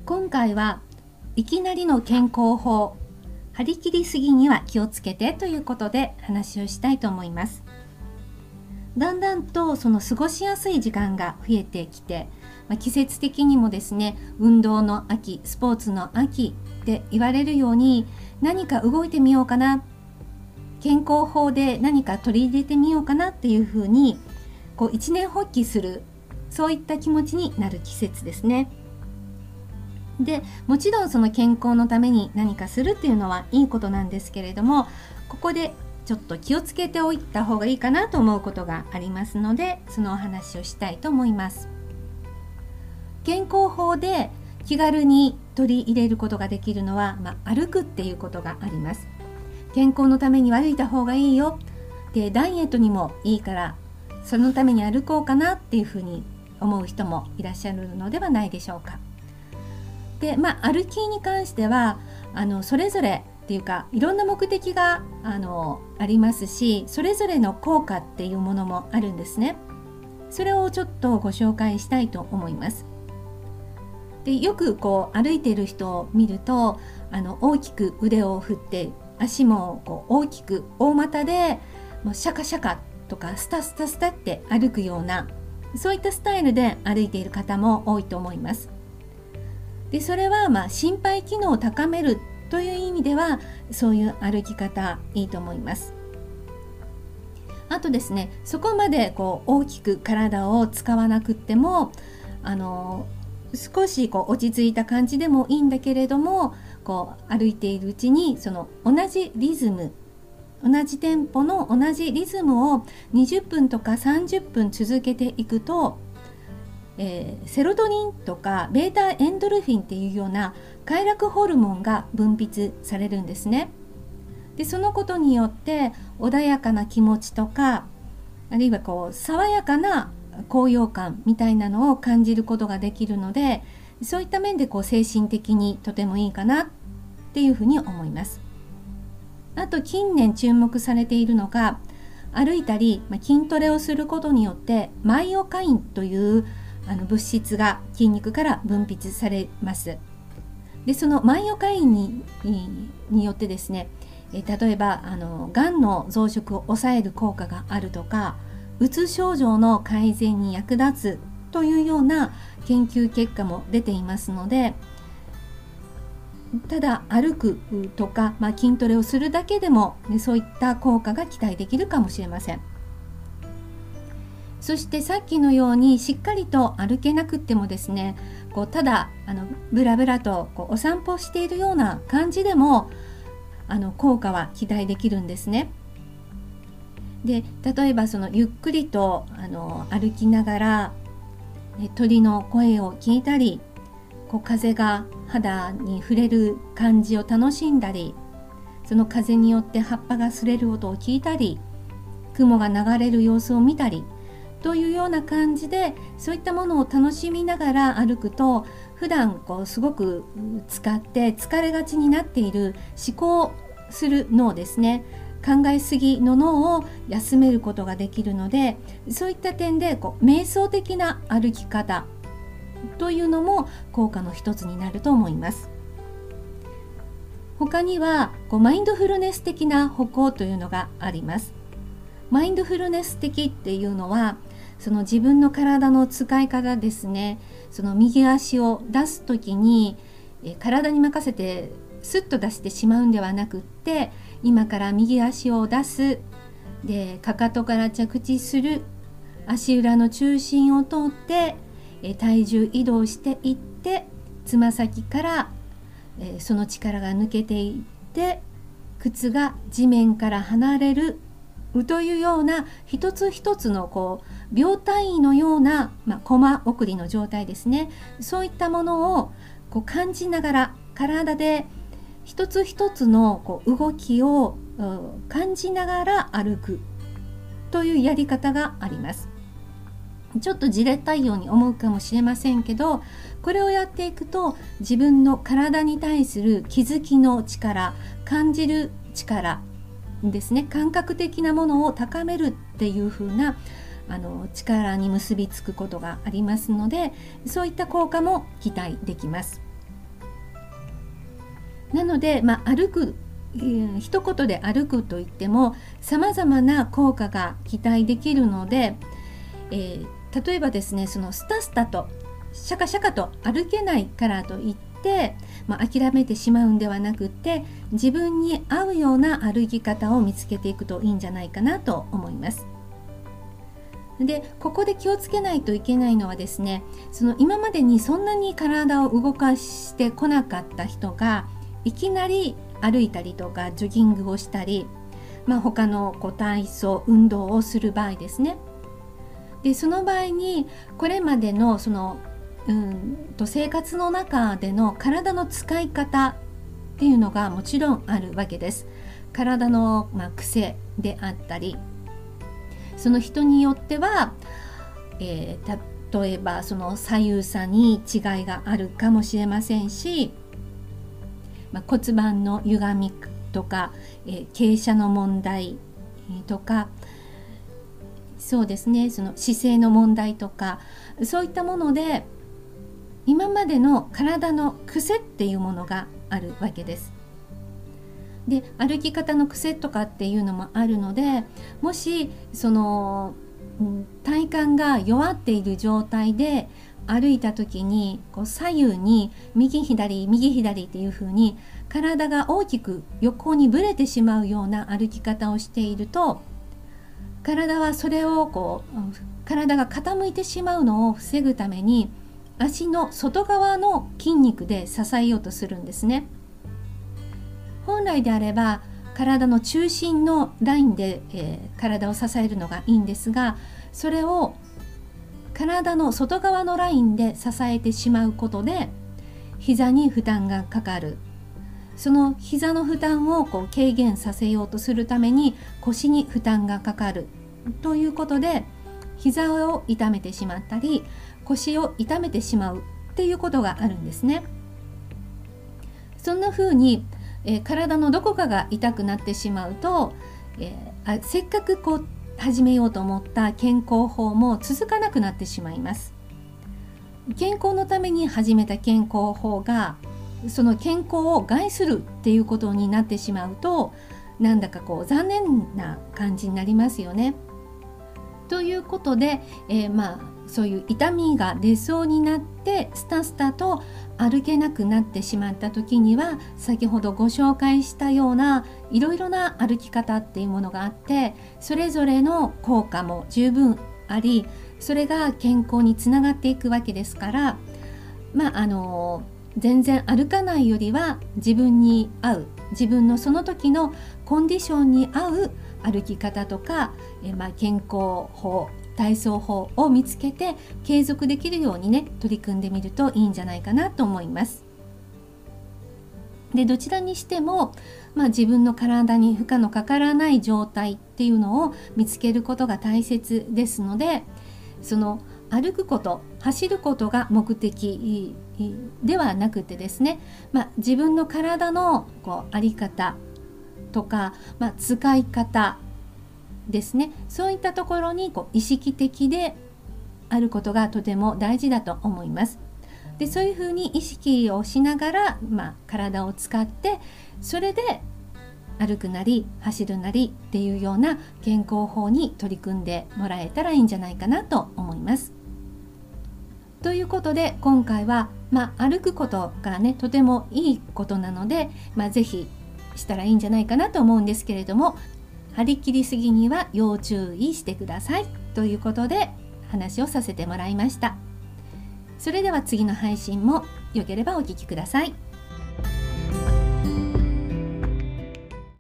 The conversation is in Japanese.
今回はいきなりの健康法、張り切りすぎには気をつけてということで話をしたいと思います。だんだんとその過ごしやすい時間が増えてきて、季節的にもですね、運動の秋、スポーツの秋って言われるように、何か動いてみようかな、健康法で何か取り入れてみようかなっていうふうに一年発起する、そういった気持ちになる季節ですね。でもちろんその健康のために何かするっていうのはいいことなんですけれども、ここでちょっと気をつけておいた方がいいかなと思うことがありますので、そのお話をしたいと思います。健康法で気軽に取り入れることができるのは、歩くっていうことがあります。健康のために歩いた方がいいよで、ダイエットにもいいからそのために歩こうかなっていうふうに思う人もいらっしゃるのではないでしょうか。で、歩きに関してはそれぞれっていうか、いろんな目的がありますし、それぞれの効果っていうものもあるんですね。それをちょっとご紹介したいと思います。で、よく歩いている人を見ると、大きく腕を振って足も大きく大股でもうシャカシャカとかスタスタスタって歩くような、そういったスタイルで歩いている方も多いと思います。で、それは心肺機能を高めるという意味では、そういう歩き方いいと思います。あとですね、そこまで大きく体を使わなくっても、少し落ち着いた感じでもいいんだけれども、歩いているうちにその同じリズム、同じテンポの同じリズムを20分とか30分続けていくと、セロトニンとかベータエンドルフィンっていうような快楽ホルモンが分泌されるんですね。で、そのことによって穏やかな気持ちとか、あるいは爽やかな高揚感みたいなのを感じることができるので、そういった面で精神的にとてもいいかなっていうふうに思います。あと近年注目されているのが、歩いたり、筋トレをすることによってマイオカインという物質が筋肉から分泌されます。で、そのマイオカインによってですね、例えばがんの増殖を抑える効果があるとか、うつ症状の改善に役立つというような研究結果も出ていますので、ただ歩くとか、筋トレをするだけでも、そういった効果が期待できるかもしれません。そしてさっきのようにしっかりと歩けなくってもですね、ただブラブラとお散歩しているような感じでも効果は期待できるんですね。で、例えばゆっくりと歩きながら、鳥の声を聞いたり、風が肌に触れる感じを楽しんだり、その風によって葉っぱが擦れる音を聞いたり、雲が流れる様子を見たりというような感じで、そういったものを楽しみながら歩くと、普段すごく使って疲れがちになっている思考する脳ですね、考えすぎの脳を休めることができるので、そういった点で瞑想的な歩き方というのも効果の一つになると思います。他にはマインドフルネス的な歩行というのがあります。マインドフルネス的っていうのは、その自分の体の使い方ですね。その右足を出すときに体に任せてスッと出してしまうんではなくって、今から右足を出す、でかかとから着地する、足裏の中心を通って体重移動していって、つま先からその力が抜けていって、靴が地面から離れるというような一つ一つの秒単位のような、コマ送りの状態ですね。そういったものを感じながら、体で一つ一つの動きを感じながら歩くというやり方があります。ちょっとじれったいように思うかもしれませんけど、これをやっていくと、自分の体に対する気づきの力、感じる力ですね、感覚的なものを高めるっていう風な力に結びつくことがありますので、そういった効果も期待できます。 なので、歩く、一言で歩くといってもさまざまな効果が期待できるので、例えばですね、そのスタスタとシャカシャカと歩けないからといって、諦めてしまうんではなくて、自分に合うような歩き方を見つけていくといいんじゃないかなと思います。で、ここで気をつけないといけないのはですね、その今までにそんなに体を動かしてこなかった人がいきなり歩いたりとかジョギングをしたり、他の体操運動をする場合ですね。で、その場合にこれまでのその生活の中での体の使い方っていうのがもちろんあるわけです。体の、癖であったり、その人によっては、例えばその左右差に違いがあるかもしれませんし、骨盤の歪みとか、傾斜の問題とか、そうですね、その姿勢の問題とか、そういったもので今までの体の癖っていうものがあるわけです。で、歩き方の癖とかっていうのもあるので、もしその体幹が弱っている状態で歩いた時に左右に右左右左っていう風に体が大きく横にぶれてしまうような歩き方をしていると、体はそれを体が傾いてしまうのを防ぐために足の外側の筋肉で支えようとするんですね。本来であれば体の中心のラインで、体を支えるのがいいんですが、それを体の外側のラインで支えてしまうことで膝に負担がかかる。その膝の負担を軽減させようとするために腰に負担がかかるということで、膝を痛めてしまったり腰を痛めてしまうっていうことがあるんですね。そんな風に、体のどこかが痛くなってしまうと、せっかく始めようと思った健康法も続かなくなってしまいます。健康のために始めた健康法がその健康を害するっていうことになってしまうと、なんだか残念な感じになりますよね。ということで、そういう痛みが出そうになってスタスタと歩けなくなってしまった時には、先ほどご紹介したようないろいろな歩き方っていうものがあって、それぞれの効果も十分あり、それが健康につながっていくわけですから、全然歩かないよりは自分に合う、自分のその時のコンディションに合う歩き方とか、健康法、体操法を見つけて継続できるようにね、取り組んでみるといいんじゃないかなと思います。で、どちらにしても、自分の体に負荷のかからない状態っていうのを見つけることが大切ですので、その歩くこと、走ることが目的ではなくてですね、自分の体のあり方とか、使い方ですね、そういったところに意識的であることがとても大事だと思います。で、そういうふうに意識をしながら、体を使ってそれで歩くなり走るなりっていうような健康法に取り組んでもらえたらいいんじゃないかなと思います。ということで今回は、歩くことがねとてもいいことなので、ぜひしたらいいんじゃないかなと思うんですけれども、張り切りすぎには要注意してくださいということで話をさせてもらいました。それでは次の配信もよければお聞きください。